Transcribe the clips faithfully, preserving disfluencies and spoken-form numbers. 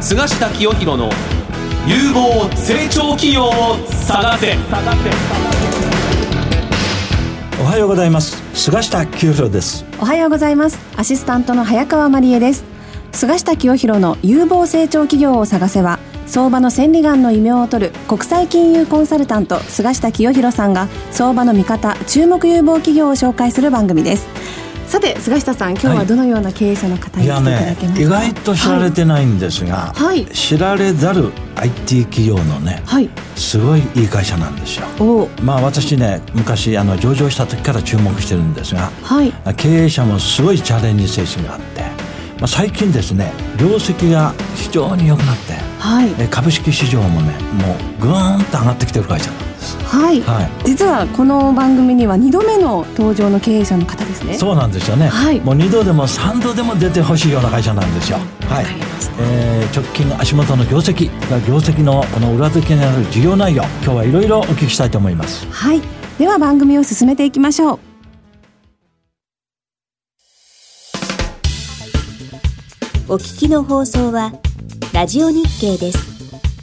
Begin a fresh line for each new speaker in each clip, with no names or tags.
菅下清弘の有望成長企業を探せ。
おはようございます。菅下清弘です。
おはようございます。アシスタントの早川真理恵です。菅下清弘の有望成長企業を探せは、相場の千里眼の異名を取る国際金融コンサルタント菅下清弘さんが相場の見方、注目有望企業を紹介する番組です。さて菅下さん、今日はどのような経営者の方に来ていただけますか？
いやね、意外と知られてないんですが、はい、知られざる アイティー 企業のね、はい、すごいいい会社なんですよ。おまあ私ね、昔あの上場した時から注目してるんですが、はい、経営者もすごいチャレンジ精神があって、まあ、最近ですね、業績が非常に良くなって、はい、株式市場もね、もうぐーんと上がってきてる会社なんです。
はい、はい、実はこの番組にはにどめの登場の経営者の方ですね。
そうなんですよね、はい、もうにどでもさんどでも出てほしいような会社なんですよ、はい、えー、直近足元の業績業績のこの裏付けになる事業内容、今日はいろいろお聞きしたいと思います。
はい、では番組を進めていきましょう。
お聞きの放送はラジオ日経です。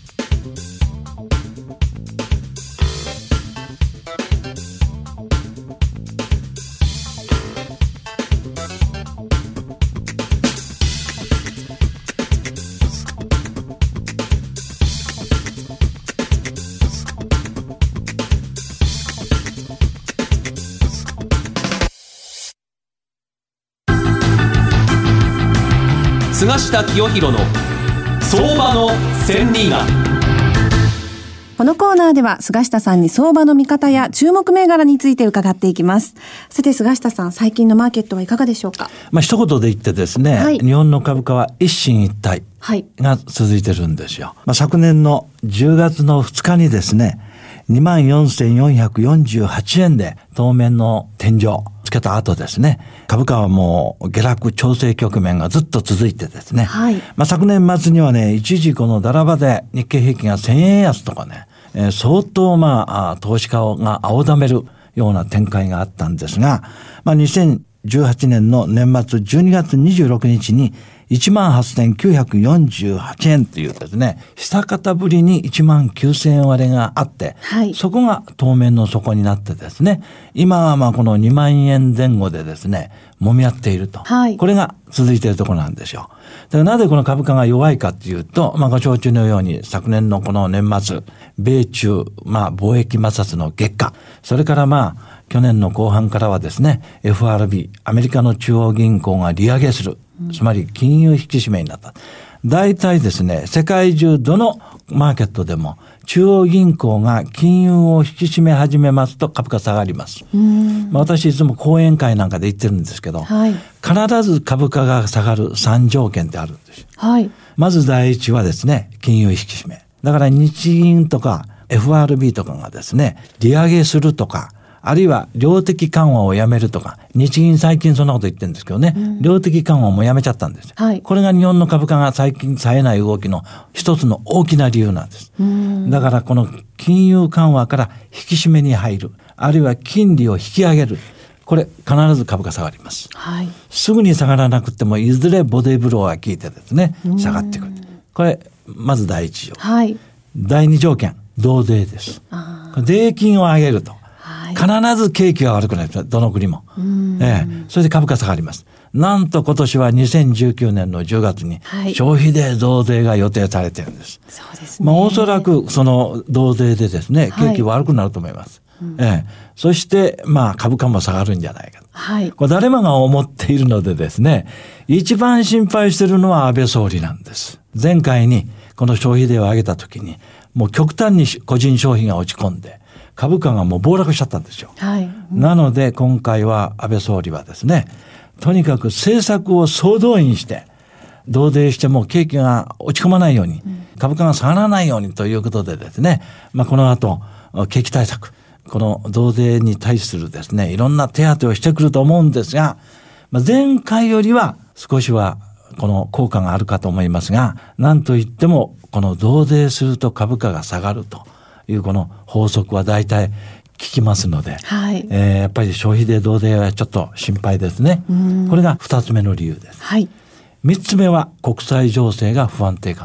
菅下清弘の相場の千里眼。
このコーナーでは菅下さんに相場の見方や注目銘柄について伺っていきます。さて菅下さん、最近のマーケットはいかがでしょうか？
まあ一言で言ってですね、はい、日本の株価は一進一退が続いてるんですよ。まあ、昨年のじゅうがつのふつかにですね、にまんよんせんよんひゃくよんじゅうはちえんで当面の天井つけた後ですね、株価はもう下落調整局面がずっと続いてですね、はい、まあ、昨年末にはね、一時このだらばで日経平均がせんえん安とかね、えー、相当まあ投資家が青ざめるような展開があったんですが、まあ、にせんじゅうはちねんの年末じゅうにがつにじゅうろくにちにいちまんはっせんきゅうひゃくよんじゅうはちえんというですね、久方ぶりにいちまんきゅうせんえん割れがあって、はい、そこが当面の底になってですね、今はまあこのにまんえんぜん後でですね、揉み合っていると、はい、これが続いているところなんですよ。だからなぜこの株価が弱いかというと、まあご承知のように昨年のこの年末、米中まあ貿易摩擦の激化、それからまあ去年の後半からはですね、 エフアールビー アメリカの中央銀行が利上げする、つまり金融引き締めになった。大体ですね、世界中どのマーケットでも中央銀行が金融を引き締め始めますと株価下がります。まあ、私いつも講演会なんかで言ってるんですけど、はい、必ず株価が下がるさん条件ってあるんですよ。はい、まず第一はですね、金融引き締め。だから日銀とか エフアールビー とかがですね、利上げするとか、あるいは量的緩和をやめるとか、日銀最近そんなこと言ってるんですけどね、うん、量的緩和もやめちゃったんです、はい、これが日本の株価が最近冴えない動きの一つの大きな理由なんです。うん、だからこの金融緩和から引き締めに入る、あるいは金利を引き上げる、これ必ず株価下がります、はい、すぐに下がらなくてもいずれボディーブローが効いてですね、下がってくる。これまず第一条件、はい、第二条件、増税です。税金を上げると必ず景気が悪くなります。どの国も、ええ、それで株価下がります。なんと今年はにせんじゅうきゅうねんのじゅうがつに消費税増税が予定されているんです。そうですね。まあおそらくその増税でですね、景気悪くなると思います。はい、ええ、そしてまあ株価も下がるんじゃないかと。はい、これ誰もが思っているのでですね、一番心配しているのは安倍総理なんです。前回にこの消費税を上げた時にもう極端に個人消費が落ち込んで株価がもう暴落しちゃったんですよ。はい、うん、なので今回は安倍総理はですね、とにかく政策を総動員して増税しても景気が落ち込まないように、うん、株価が下がらないようにということでですね、まあ、この後景気対策、この増税に対するですね、いろんな手当てをしてくると思うんですが、まあ、前回よりは少しはこの効果があるかと思いますが、なんといってもこの増税すると株価が下がるというこの法則は大体効きますので、はい、えー、やっぱり消費税増税はちょっと心配ですね。これが二つ目の理由です。はい、三つ目は国際情勢が不安定化すると。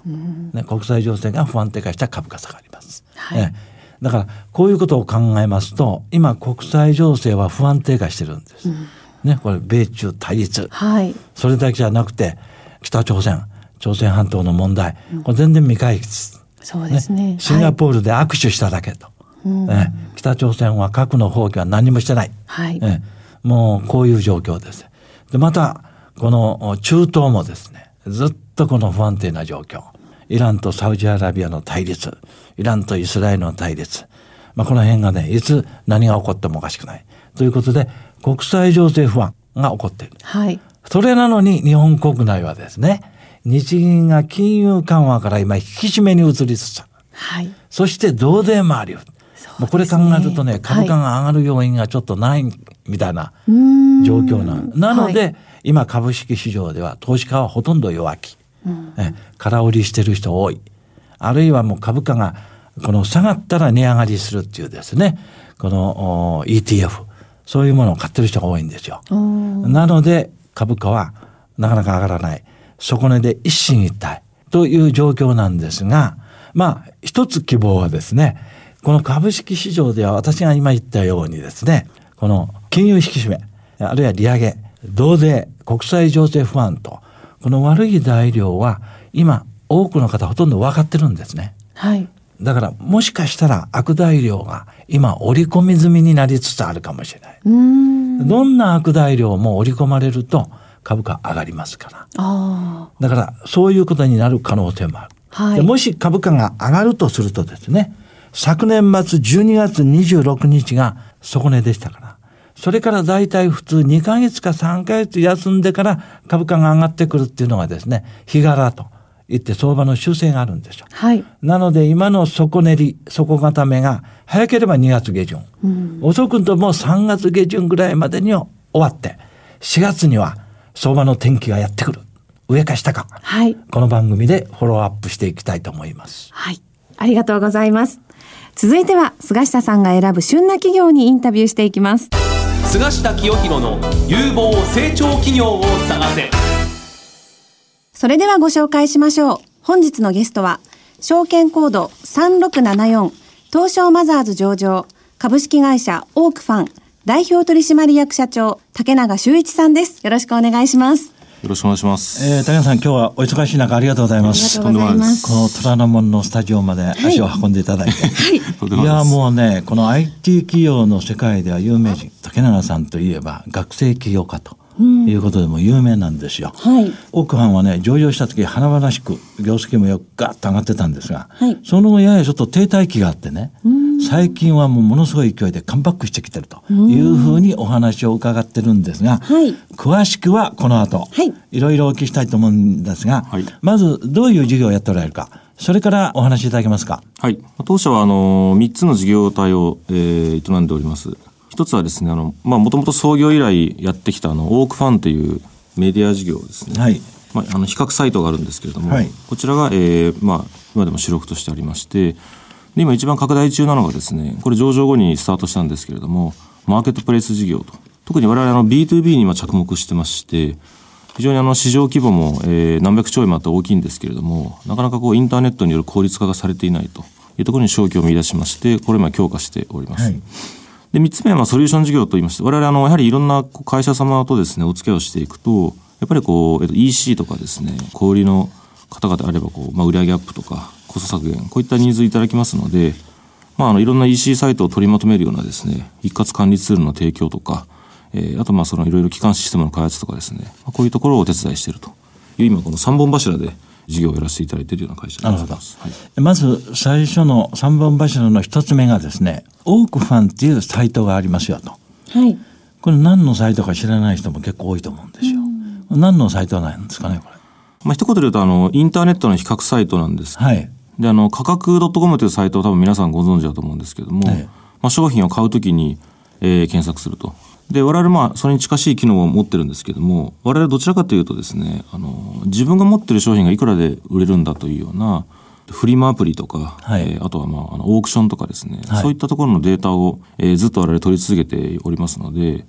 ね、国際情勢が不安定化した株価下がります、
はい
ね、だからこういうことを考えますと今国際情勢は不安定化してるんです、うんね、これ米中対立、
はい、そ
れだけじゃなくて北朝鮮朝鮮半島の問題、うん、これ全然未解決、
そうですね、
ね、シンガポールで握手しただけと、はいね、北朝鮮は核の放棄は何もしてない、
はい
ね、もうこういう状況です。でまたこの中東もですねずっとこの不安定な状況、イランとサウジアラビアの対立、イランとイスラエルの対立、まあ、この辺がねいつ何が起こってもおかしくないということで国際情勢不安が起こっている、
はい、そ
れなのに日本国内はですね日銀が金融緩和から今引き締めに移りつつある、
はい、
そして増税もあるよ、もうこれ考えるとね株価が上がる要因がちょっとないみたいな状況なの、なので、はい、今株式市場では投資家はほとんど弱気、うん、え空売りしてる人多い、あるいはもう株価がこの下がったら値上がりするっていうですねこの イーティーエフ そういうものを買ってる人が多いんですよ。なので株価はなかなか上がらない、底値で一進一退という状況なんですが、まあ一つ希望はですねこの株式市場では私が今言ったようにですねこの金融引き締めあるいは利上げ増税国際情勢不安とこの悪い材料は今多くの方ほとんど分かってるんですね、
はい、
だからもしかしたら悪材料が今織り込み済みになりつつあるかもしれない。
うーん
どんな悪材料も織り込まれると株価上がりますから、
あ
だからそういうことになる可能性もある、
はい、
でもし株価が上がるとするとですね昨年末じゅうにがつにじゅうろくにちが底値でしたから、それからだいたい普通にかげつかさんかげつ休んでから株価が上がってくるっていうのがですね日柄といって相場の修正があるんですよ、
はい、
なので今の底練り底固めが早ければにがつげじゅん、うん、遅くともさんがつげじゅんぐらいまでには終わってしがつには相場の転機がやってくる、上か下か、
はい、
この番組でフォローアップしていきたいと思います。
はい、ありがとうございます。続いては菅下さんが選ぶ旬な企業にインタビューしていきます。
菅下清弘の有望成長企業を探せ。
それではご紹介しましょう。本日のゲストは証券コードさんろくななよん東証マザーズ上場株式会社オークファン代表取締役社長竹永修一さんです。よろしくお願いします。
よろしくお願いします。
えー、竹永さん今日はお忙しい中ありがとうございます。
ありがとうございます。
この虎ノ門のスタジオまで足を運んでいただいて、はい、いやもうねこの アイティー 企業の世界では有名人竹永さんといえば学生起業家ということでも有名なんですよ、
はい、
オークファンはね上場した時華々しく業績もよくガッと上がってたんですが、
はい、
その後ややちょっと停滞期があってね最近はもうものすごい勢いでカムバックしてきてるというふうにお話を伺ってるんですが、
はい、
詳しくはこの後、はい、いろいろお聞きしたいと思うんですが、はい、まずどういう事業をやっておられるかそれからお話しいただけますか。
はい、当社はあのみっつの事業体を、えー、営んでおります。一つはですねあのまあもともと創業以来やってきたあのオークファンというメディア事業ですね、
はい
まあ、あの比較サイトがあるんですけれども、
はい、
こちらが、えーまあ、今でも主力としてありましてで今一番拡大中なのがですねこれ上場後にスタートしたんですけれどもマーケットプレイス事業と特に我々あの ビーツービー に今着目してまして非常にあの市場規模も、えー、何百兆円もあって大きいんですけれどもなかなかこうインターネットによる効率化がされていないというところに商機を見出しましてこれ今強化しております、はい、でみっつめはまあソリューション事業といいまして我々あのやはりいろんな会社様とですねお付き合いをしていくとやっぱりこう、えっと、イーシー とかですね小売りの方々であればこう、まあ、売上アップとかコスト削減こういったニーズいただきますので、まあ、あのいろんな イーシー サイトを取りまとめるようなですね一括管理ツールの提供とか、えー、あとまあそのいろいろ基幹システムの開発とかですね、まあ、こういうところをお手伝いしているという今このさんぼん柱で事業をやらせていただいているような会社でございます。はい、
まず最初のさんぼん柱の一つ目がですねオークファンっていうサイトがありますよと、
はい、
これ何のサイトか知らない人も結構多いと思うんですよ。何のサイトなんですかねこれ。
まあ、一言で言うとあのインターネットの比較サイトなんです、
はい、
であの価格 .com というサイトを多分皆さんご存知だと思うんですけども、はいまあ、商品を買うときに、えー、検索するとで我々まあそれに近しい機能を持ってるんですけども我々どちらかというとですねあの自分が持ってる商品がいくらで売れるんだというようなフリマアプリとか、はいえー、あとは、まあ、あのオークションとかですね、はい、そういったところのデータを、えー、ずっと我々取り続けておりますので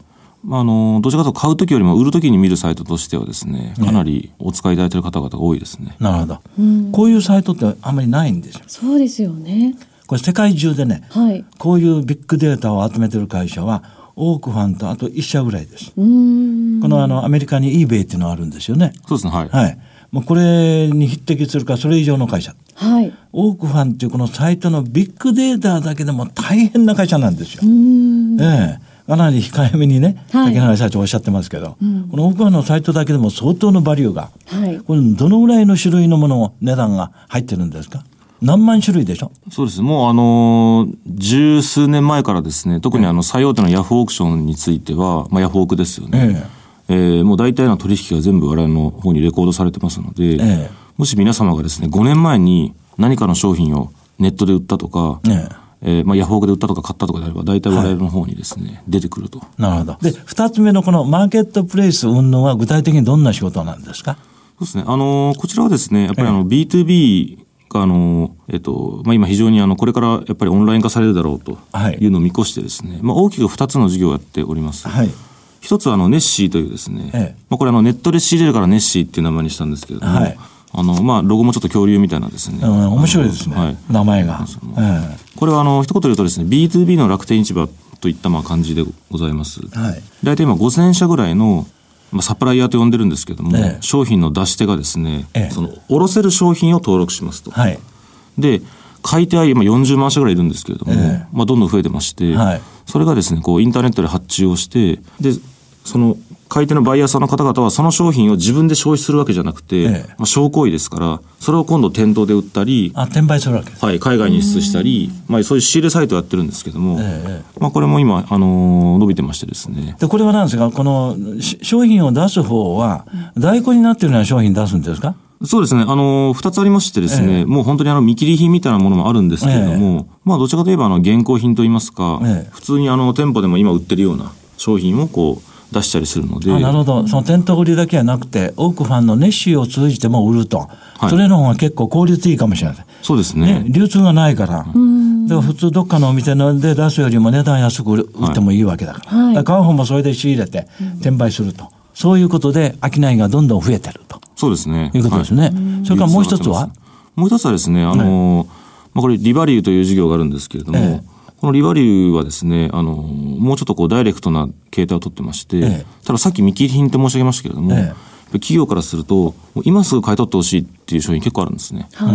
あのどちらかというと買うときよりも売るときに見るサイトとしてはですね、かなりお使いいただいている方々が多いですね。
なるほど、うん、こういうサイトってあんまりないんですよ。
そうですよね。
これ世界中でね、はい、こういうビッグデータを集めてる会社はオークファンとあといっ社ぐらいです。うーん、このあのアメリカに eBay っていうのがあるんですよね。
そうですね、はい、
はい、もうこれに匹敵するかそれ以上の会社、はい、オークファンっていうこのサイトのビッグデータだけでも大変な会社なんですよ。うーん、ええ、かなり控えめにね、はい、竹原社長おっしゃってますけど、うん、このオークファンのサイトだけでも相当のバリューが、はい、これどのぐらいの種類のもの値段が入ってるんですか？何万種類でしょ？
そうです。もうあのー、十数年前からですね、特にあの最大手のヤフーオークションについては、まあ、ヤフオクですよね。えええー、もう大体の取引が全部我々の方にレコードされてますので、ええ、もし皆様がですね、ごねんまえに何かの商品をネットで売ったとか、えええーまあ、ヤフオクで売ったとか買ったとかであれば、大体我々の方にですね、はい、出てくると。
なるほど。で、二つ目のこのマーケットプレイス云々は具体的にどんな仕事なんですか？
そうですね。あのー、こちらはですね、やっぱりあの、ええ、ビーツービー、あのえっとまあ、今非常にあのこれからやっぱりオンライン化されるだろうというのを見越してですね、はい、まあ、大きくふたつの事業をやっております。はい、一つはあのネッシーというですね、ええ、まあ、これあのネットで仕入れるからネッシーっていう名前にしたんですけれども、はい、あのまあ、ロゴもちょっと恐竜みたいなですね、
うん、面白いですね、はい、名前が、ええ、
これはあの一言で言うとですね ビーツービー の楽天市場といったまあ感じでございます。はい、大体今ごせんしゃぐらいのまあ、サプライヤーと呼んでるんですけれども、ええ、商品の出し手がですね、ええ、その卸せる商品を登録しますと。はい、で買い手は今よんじゅうまんしゃぐらいいるんですけれども、ええ、まあ、どんどん増えてまして、はい、それがですねこうインターネットで発注をしてでその買い手のバイヤーさんの方々はその商品を自分で消費するわけじゃなくて、ええ、まあ、商行為ですからそれを今度店頭で売ったり
あ転売するわけです、
はい、海外に輸出したり、まあ、そういう仕入れサイトをやってるんですけども、ええ、まあ、これも今、あのー、伸びてましてですね。
でこれは何ですか、この商品を出す方は在庫になっているような商品出すんですか？
そうですね。あの、二つありましてですね、ええ、もう本当にあの見切り品みたいなものもあるんですけれども、ええ、まあどちらかといえばあの現行品といいますか、ええ、普通にあの店舗でも今売ってるような商品をこう出したりするので。
あ、なるほど。その店頭売りだけはなくて、オークファンのネッシーを通じても売ると。はい、それの方が結構効率いいかもしれない。
そうですね。
ね、流通がないから。うん、だから普通どっかのお店で出すよりも値段安く売ってもいいわけだから。はい、だから買う方もそれで仕入れて転売すると。そういうことで商いがどんどん増えてると。
そうですね。
いうことですね。はい、それからもう一つは
もう一つはですね、あの、はい、まあ、これリバリューという事業があるんですけれども、ええ、このリバリューはですね、あの、もうちょっとこうダイレクトな形態をとってまして、ええ、たださっき見切り品って申し上げましたけれども、ええ、企業からすると、今すぐ買い取ってほしいっていう商品結構あるんですね。はい、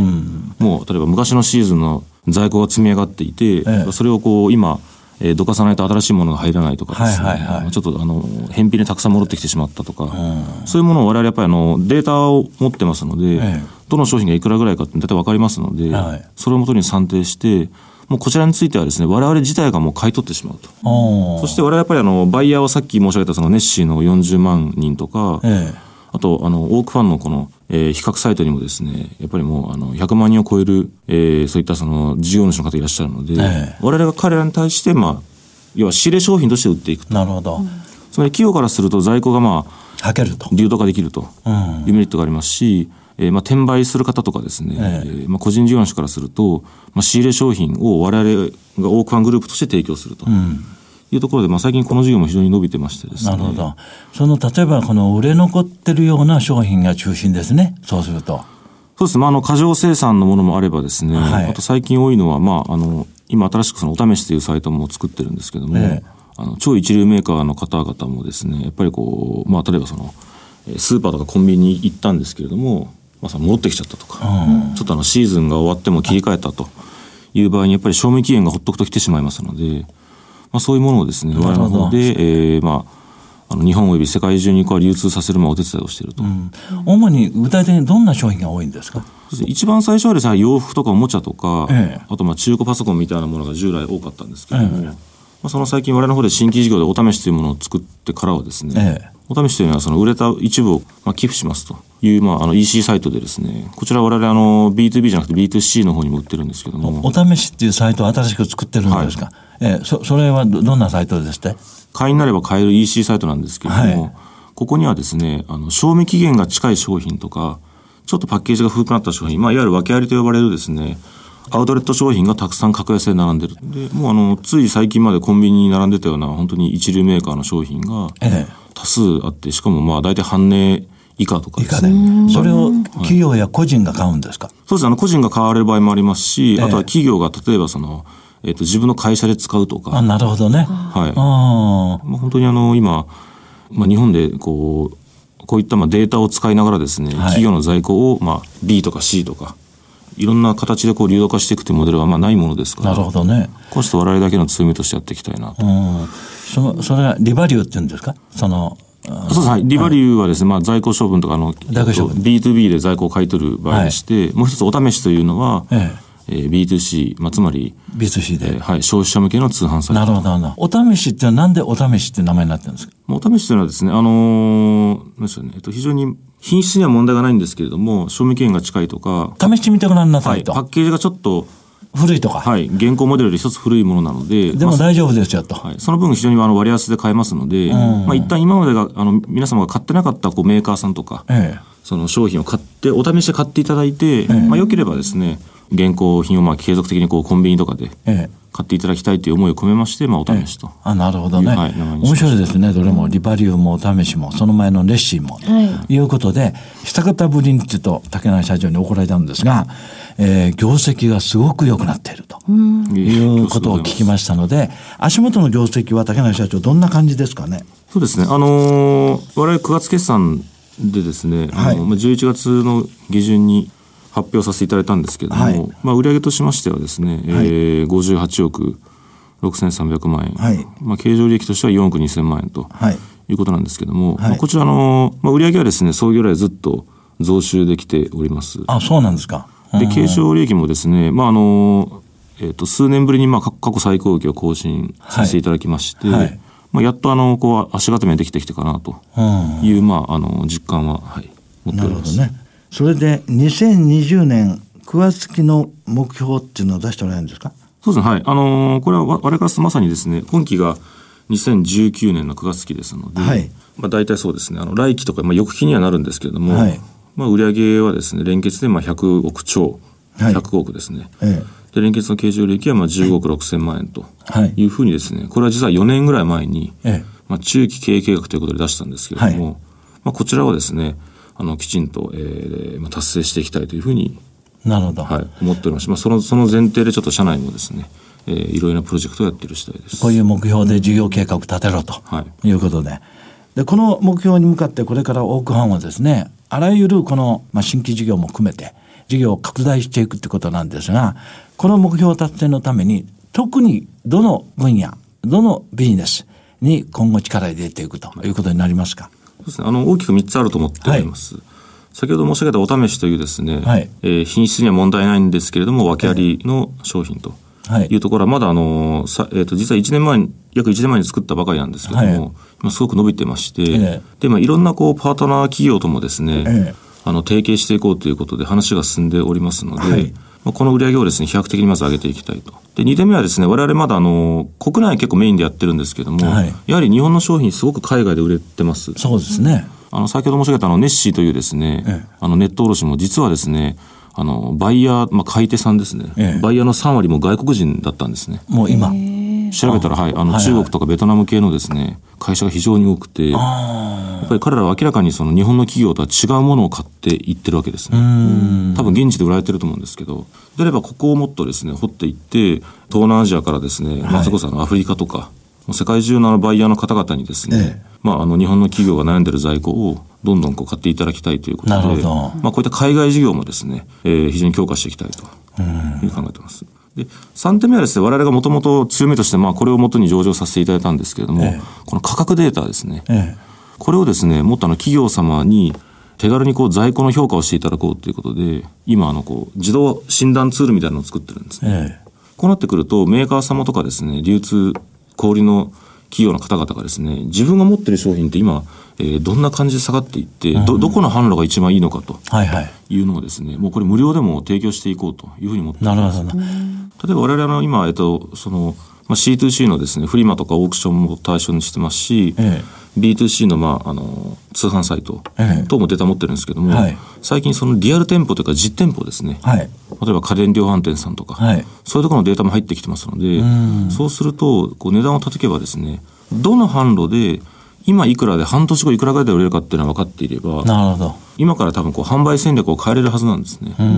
もう例えば昔のシーズンの在庫が積み上がっていて、ええ、それをこう今、えー、どかさないと新しいものが入らないとかですね、はいはいはい、ちょっとあの返品でたくさん戻ってきてしまったとか、うん、そういうものを我々やっぱりあのデータを持ってますので、ええ、どの商品がいくらぐらいかって大体分かりますので、はい、それをもとに算定してもうこちらについてはですね我々自体がもう買い取ってしまうと。そして我々やっぱりあのバイヤーはさっき申し上げたそのネッシーのよんじゅうまんにんとか、ええ、あとあのオークファンのこの、えー、比較サイトにもですねやっぱりもうあのひゃくまんにんを超える、えー、そういったその事業主の方いらっしゃるので、ええ、我々が彼らに対してまあ要は仕入れ商品として売っていくと。
なるほど。
つまり企業からすると在庫がまあ
はけると
流動化できるというメリットがありますし、えー、まあ転売する方とかですね、えーまあ、個人事業主からすると、まあ、仕入れ商品を我々がオークファングループとして提供するというところで、まあ、最近この事業も非常に伸びてましてですね。
なるほど。その例えばこの売れ残ってるような商品が中心ですね。そうすると
そうですね、まあ、あの過剰生産のものもあればですね、はい、あと最近多いのは、まあ、あの今新しくそのお試しというサイトも作ってるんですけども、ええ、あの超一流メーカーの方々もですねやっぱりこう、まあ、例えばそのスーパーとかコンビニに行ったんですけれども、まあ、その戻ってきちゃったとか、うん、ちょっとあのシーズンが終わっても切り替えたという場合にやっぱり賞味期限がほっとくと来てしまいますので、まあ、そういうものをですね我々の方で、えーまあ、あの日本および世界中にこう流通させるまあお手伝いをしていると、うん、
主に具体的にどんな商品が多いんですか？
一番最初はですね洋服とかおもちゃとか、ええ、あとまあ中古パソコンみたいなものが従来多かったんですけれども、ええ、まあ、その最近我々の方で新規事業でお試しというものを作ってからはですね、ええ、お試しというのはその売れた一部をまあ寄付しますという、まあ、あの イーシー サイトでですねこちら我々あの ビーツービー じゃなくて ビーツーシー の方にも売ってるんですけども
お, お試しっていうサイトを新しく作ってるんですか？はい、ええ、そ, それはどんなサイトですって？
会員になれば買える イーシー サイトなんですけれども、はい、ここにはですねあの賞味期限が近い商品とかちょっとパッケージが古くなった商品、まあ、いわゆる訳ありと呼ばれるですね、 アウトレット商品がたくさん格安で並んでる。で、もうあの、つい最近までコンビニに並んでたような本当に一流メーカーの商品が多数あって、しかもまあ大体半値以下とかですね。
以下で。それを企業や個人が買うんですか？
はい、そうですね。あの、個人が買われる場合もありますし、あとは企業が例えばその、えっと、自分の会社で使うとか。
あ、なるほどね。
はい。あまあ、本当にあの、今、まあ、日本でこう、こういったまあデータを使いながらですね、はい、企業の在庫をまあ ビー とか シー とか、いろんな形でこう流動化していくというモデルはまあないものですから。
なるほどね。
こうして我々だけの強みとしてやっていきたいなと。うん、
その、それはリバリューって言うんですか？その、
そうです。はい。リバリューはですね、まあ在庫処分とかの、ビーツービー で在庫を買い取る場合でして、はい、もう一つお試しというのは、えええー、ビーツーシー、まあ、つまり
ビーツーシー で、
えー、はい、消費者向けの通販サイト。
なるほどな。お試しってなんでお試しって名前になってるんですか？
お試しというのはですね、あのー、なんでしょうね、えっと、非常に品質には問題がないんですけれども、賞味期限が近いとか、
試してみてごらんなさいと。
はい、パッケージがちょっと
古いとか。
はい。現行モデルより一つ古いものなので。
でも大丈夫ですよと。
はい。その分非常にあの割安で買えますので、うん、まあ一旦今までが、あの、皆様が買ってなかったこうメーカーさんとか、ええ、その商品を買って、お試しで買っていただいて、ええ、まあ良ければですね、現行品をまあ継続的にこうコンビニとかで買っていただきたいという思いを込めまして、まあお試しと。ええ、
あ、なるほどね。はい、面白いですね。どれもリバリューもお試しも、その前のレッシーも、はい、いうことで、久方ぶりにちょっと竹内社長に怒られたんですが、えー、業績がすごく良くなっているということを聞きましたので、足元の業績は竹内社長どんな感じですかね？
そうですね。あのー、我々くがつ決算でですね、はい、あのじゅういちがつの下旬に発表させていただいたんですけども、はい、まあ売上としましてはですね、はい、えー、ごじゅうはちおくろくせんさんびゃくまんえん、はい、まあ経常利益としてはよんおくにせんまんえんということなんですけども、はい、まあ、こちらの、まあ、売上はですね、創業以来ずっと増収できております。
あ、そうなんですか。
で、経常利益もですね、まあ、あの、えっと、数年ぶりに、まあ、過去最高益を更新させていただきまして、はいはい、まあ、やっと、あの、こう、足固めできてきたかな、という、まあ、あの、実感は、はい、持っております。
なるほどね。それで、にせんにじゅうねんくがつ期の目標っていうのを出しておられるんですか？
そうですね、はい。あの、これは、我々からまさにですね、今期がにせんじゅうきゅうねんのくがつ期ですので、はい、まあ、大体そうですね、あの、来期とか、まあ、翌期にはなるんですけれども、はい、まあ、売上はですね、連結で、まあ、ひゃくおくちょう、ひゃくおくですね。はい、ええ、で、連結の経常利益はまあじゅうごおくろくせんまんえんというふうにですね、これは実はよねんぐらい前に、ええ、まあ、中期経営計画ということで出したんですけれども、はい、まあ、こちらはですね、あの、きちんと、えーまあ、達成していきたいというふうに、
なるほど。
はい、思っております。まあ、その、その前提でちょっと社内もですね、えー、いろいろなプロジェクトをやっている次第です。
こういう目標で事業計画を立てろと、はい、いうことで。で、この目標に向かってこれからオークファンはですね、あらゆるこの、まあ、新規事業も含めて、事業を拡大していくってことなんですが、この目標達成のために、特にどの分野、どのビジネスに今後力を入れていくということになりますか？
そうですね。あの、大きくみっつあると思っております。はい、先ほど申し上げたお試しというですね、はい、えー、品質には問題ないんですけれども、訳ありの商品というところは、まだあの、さえっと、実はいちねんまえに、約いちねんまえに作ったばかりなんですけれども、はい、今すごく伸びてまして、えー、で、まあ、いろんなこう、パートナー企業ともですね、えー、あの、提携していこうということで話が進んでおりますので、はい、まあ、この売上をですね、飛躍的にまず上げていきたいと。で、にてんめはですね、我々まだあの、国内結構メインでやってるんですけども、はい、やはり日本の商品すごく海外で売れてます。
そうですね。
あの、先ほど申し上げたあの、ネッシーというですね、ええ、あの、ネット卸も実はですね、あの、バイヤー、まあ、買い手さんですね、ええ、バイヤーのさんわりも外国人だったんですね。
もう今。
調べたら、はい、あの、はいはい、中国とかベトナム系のですね、会社が非常に多くて、やっぱり彼らは明らかにその日本の企業とは違うものを買っていってるわけですね。多分現地で売られてると思うんですけど、であればここをもっとですね、掘っていって、東南アジアからですね、まあ、そこそアフリカとか、世界中のあのバイヤーの方々にですね、ええ、まあ、あの日本の企業が悩んでる在庫をどんどんこう買っていただきたいということで、なるほど、まあ、こういった海外事業もですね、えー、非常に強化していきたいというふうに考えています。で、さんてんめはですね、我々がもともと強みとして、まあ、これをもとに上場させていただいたんですけれども、ええ、この価格データですね、ええ、これをですね、もっとあの企業様に手軽にこう在庫の評価をしていただこうということで、今あのこう自動診断ツールみたいなのを作ってるんですね。ええ、こうなってくると、メーカー様とかですね、流通、小売りの企業の方々がですね、自分が持っている商品って今、えー、どんな感じで下がっていって、うん、ど、どこの販路が一番いいのかというのをですね、はいはい、もうこれ無料でも提供していこうというふうに思っています。なるほど。例えば我々の今、えっと、その、まあ、シーツーシー のですね、フリマとかオークションも対象にしてますし、えビーツーシー の、まあ、あの通販サイト等もデータ持ってるんですけども、
はい、
最近そのリアル店舗というか実店舗ですね、はい、例えば家電量販店さんとか、はい、そういうところのデータも入ってきてますので、うそうするとこう値段を叩けばですね、どの販路で今いくらで半年後いくらぐらいで売れるかっていうのは分かっていれば、なるほど、今から多分こう販売戦略を変えれるはずなんですね。うん、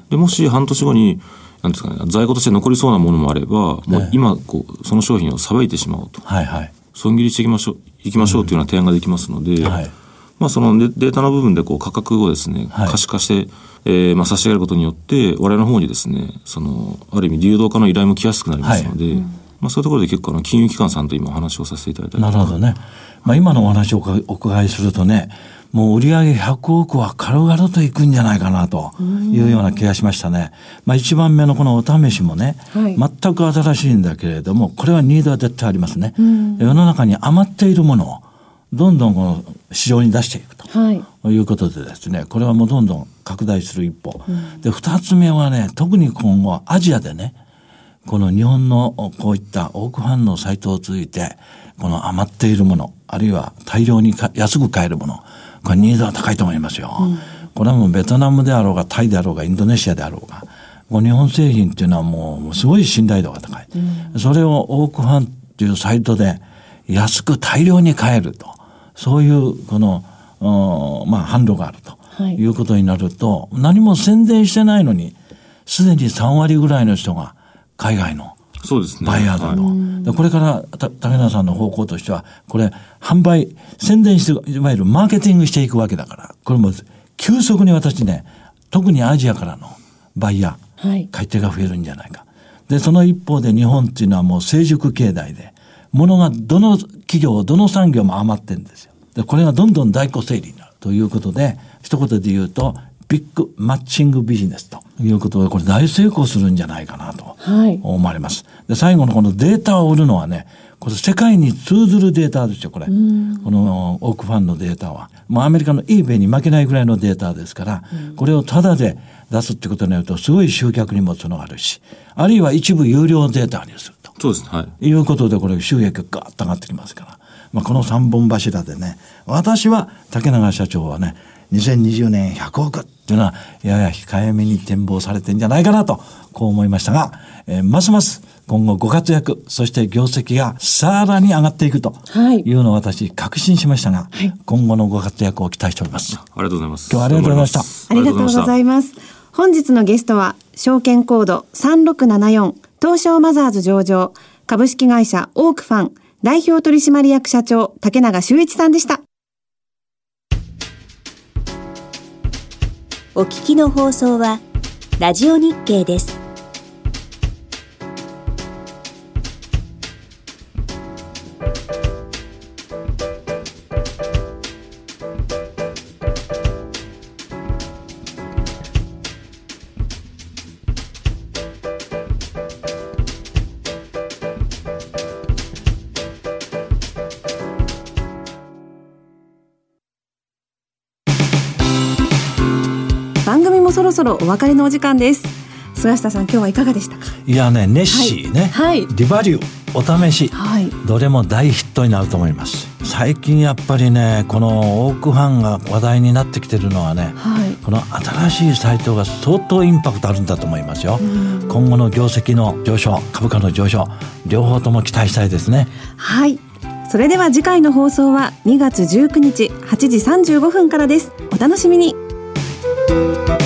でもし半年後になんですかね、在庫として残りそうなものもあれば、もう今こうその商品をさばいてしまおうと、はいはい、損切りしていきましょういきましょうというような提案ができますので、うん、はい、まあ、そのデータの部分でこう価格をですね、はい、可視化して、えーまあ、差し上げることによって我々の方にですね、そのある意味流動化の依頼も来やすくなりますので、はい、まあ、そういうところで結構あの金融機関さんと今お話をさせていただいたり。なるほどね、
まあ、今のお話をお伺いするとね、もう売上ひゃくおくは軽々といくんじゃないかなというような気がしましたね。まあ、いちばんめのこのお試しもね、はい、全く新しいんだけれども、これはニーズは絶対ありますね。世の中に余っているものをどんどんこの市場に出していくと、はい、いうことでですね、これはもうどんどん拡大する一歩、うん、でふたつめはね、特に今後アジアでね、この日本のこういったオークファンのサイトを通じてこの余っているもの、あるいは大量に安く買えるもの、これニーズは高いと思いますよ。うん、これはもうベトナムであろうがタイであろうがインドネシアであろうが、この日本製品っていうのはもうすごい信頼度が高い。うん、それをオークファンっていうサイトで安く大量に買えると、そういうこの、まあ、販路があるということになると、はい、何も宣伝してないのにすでにさんわりぐらいの人が海外のバイヤーだと、はい、これから竹中さんの方向としては、これ販売宣伝して、いわゆるマーケティングしていくわけだから、これも急速に私ね、特にアジアからのバイヤー、はい、買い手が増えるんじゃないか。でその一方で日本っていうのはもう成熟経済で、物がどの企業どの産業も余ってるんですよ。でこれがどんどん在庫整理になるということで、一言で言うとビッグマッチングビジネスということで、これ大成功するんじゃないかなと思われます。はい、で最後のこのデータを売るのはね、これ世界に通ずるデータですよ。これこのオークファンのデータはもうアメリカの eBay に負けないぐらいのデータですから、うん、これをタダで出すってことになるとすごい集客にもつながるし、あるいは一部有料データにすると、
そうですね、はい、
いうことでこれ収益がガーッと上がってきますから、まあ、このさんぼん柱でね、私は竹永社長はね、にせんにじゅうねんひゃくおくっていうのはやや控えめに展望されてんじゃないかなとこう思いましたが、えー、ますます今後ご活躍、そして業績がさらに上がっていくというのを私確信しましたが、はい、今後のご活躍を期待しております。
ありがとうございます。
今日はありがとうございました。
ありがとうございます。本日のゲストは証券コードさんろくななよん東証マザーズ上場株式会社オークファン代表取締役社長竹永修一さんでした。
お聞きの放送はラジオ日経です。
番組もそろそろお別れのお時間です。菅下さん、今日はいかがでしたか？
いやね、ネッシーね、はいはい、リバリュー、お試し、はい、どれも大ヒットになると思います。最近やっぱりね、このオークファンが話題になってきてるのはね、はい、この新しいサイトが相当インパクトあるんだと思いますよ。今後の業績の上昇、株価の上昇、両方とも期待したいですね。
はい、それでは次回の放送はにがつじゅうくにちはちじさんじゅうごふんからです。お楽しみに。